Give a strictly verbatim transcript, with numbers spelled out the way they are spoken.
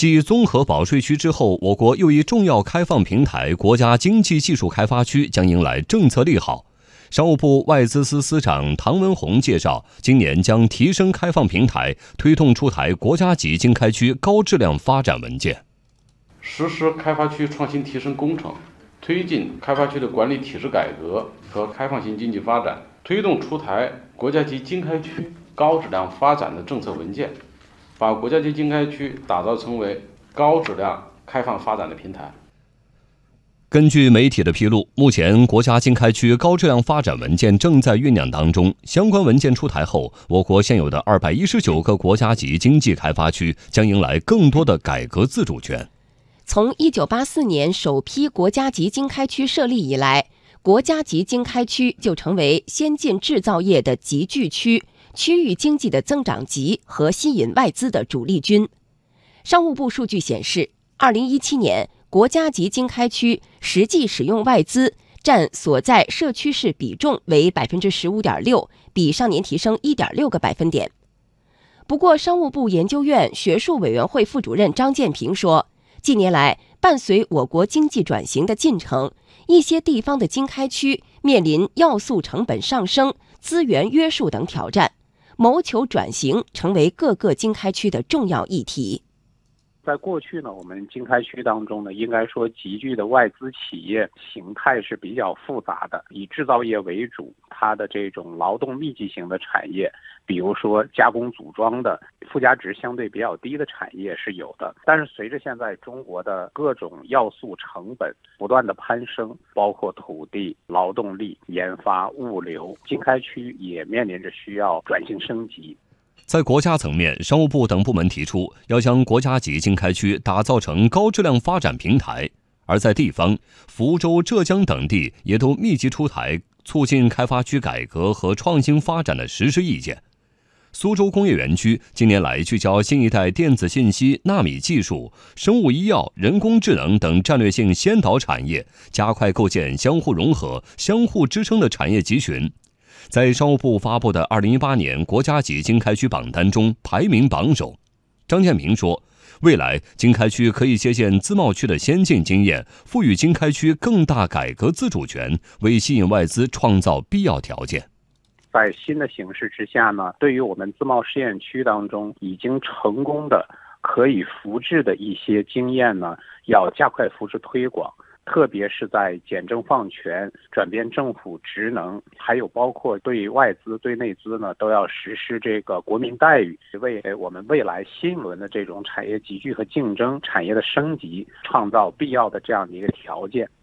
继综合保税区之后，我国又一重要开放平台——国家经济技术开发区将迎来政策利好。商务部外资司司长唐文宏介绍，今年将提升开放平台，推动出台国家级经开区高质量发展文件， 实施开发区创新提升工程，推进开发区的管理体制改革和开放型经济发展，推动出台国家级经开区高质量发展的政策文件，把国家级经开区打造成为高质量开放发展的平台。 根据媒体的披露，目前国家经开区高质量发展文件正在酝酿当中。相关文件出台后，我国现有的二百一十九个国家级经济开发区将迎来更多的改革自主权。 从一九八四年首批国家级经开区设立以来，国家级经开区就成为先进制造业的集聚区、区域经济的增长极和吸引外资的主力军。商务部数据显示，二零一七年国家级经开区实际使用外资占所在社区市比重为 百分之十五点六， 比上年提升 一点六个百分点。不过，商务部研究院学术委员会副主任张建平说，近年来伴随我国经济转型的进程，一些地方的经开区面临要素成本上升、资源约束等挑战，谋求转型成为各个经开区的重要议题。 在过去呢，我们经开区当中呢，应该说集聚的外资企业形态是比较复杂的，以制造业为主，它的这种劳动密集型的产业，比如说加工组装的附加值相对比较低的产业是有的。但是随着现在中国的各种要素成本不断的攀升，包括土地、劳动力、研发、物流，经开区也面临着需要转型升级。 在国家层面，商务部等部门提出要将国家级经开区打造成高质量发展平台，而在地方，福州、浙江等地也都密集出台促进开发区改革和创新发展的实施意见。苏州工业园区近年来聚焦新一代电子信息、纳米技术、生物医药、人工智能等战略性先导产业，加快构建相互融合、相互支撑的产业集群。在商务部发布的二零一八年国家级经开区榜单中排名榜首。张建平说，未来经开区可以借鉴自贸区的先进经验，赋予经开区更大改革自主权，为吸引外资创造必要条件。 在新的形势之下呢，对于我们自贸试验区当中已经成功的可以复制的一些经验呢，要加快复制推广。特别是在简政放权、转变政府职能，还有包括对外资、对内资呢，都要实施这个国民待遇，为我们未来新一轮的这种产业集聚和竞争、产业的升级，创造必要的这样的一个条件。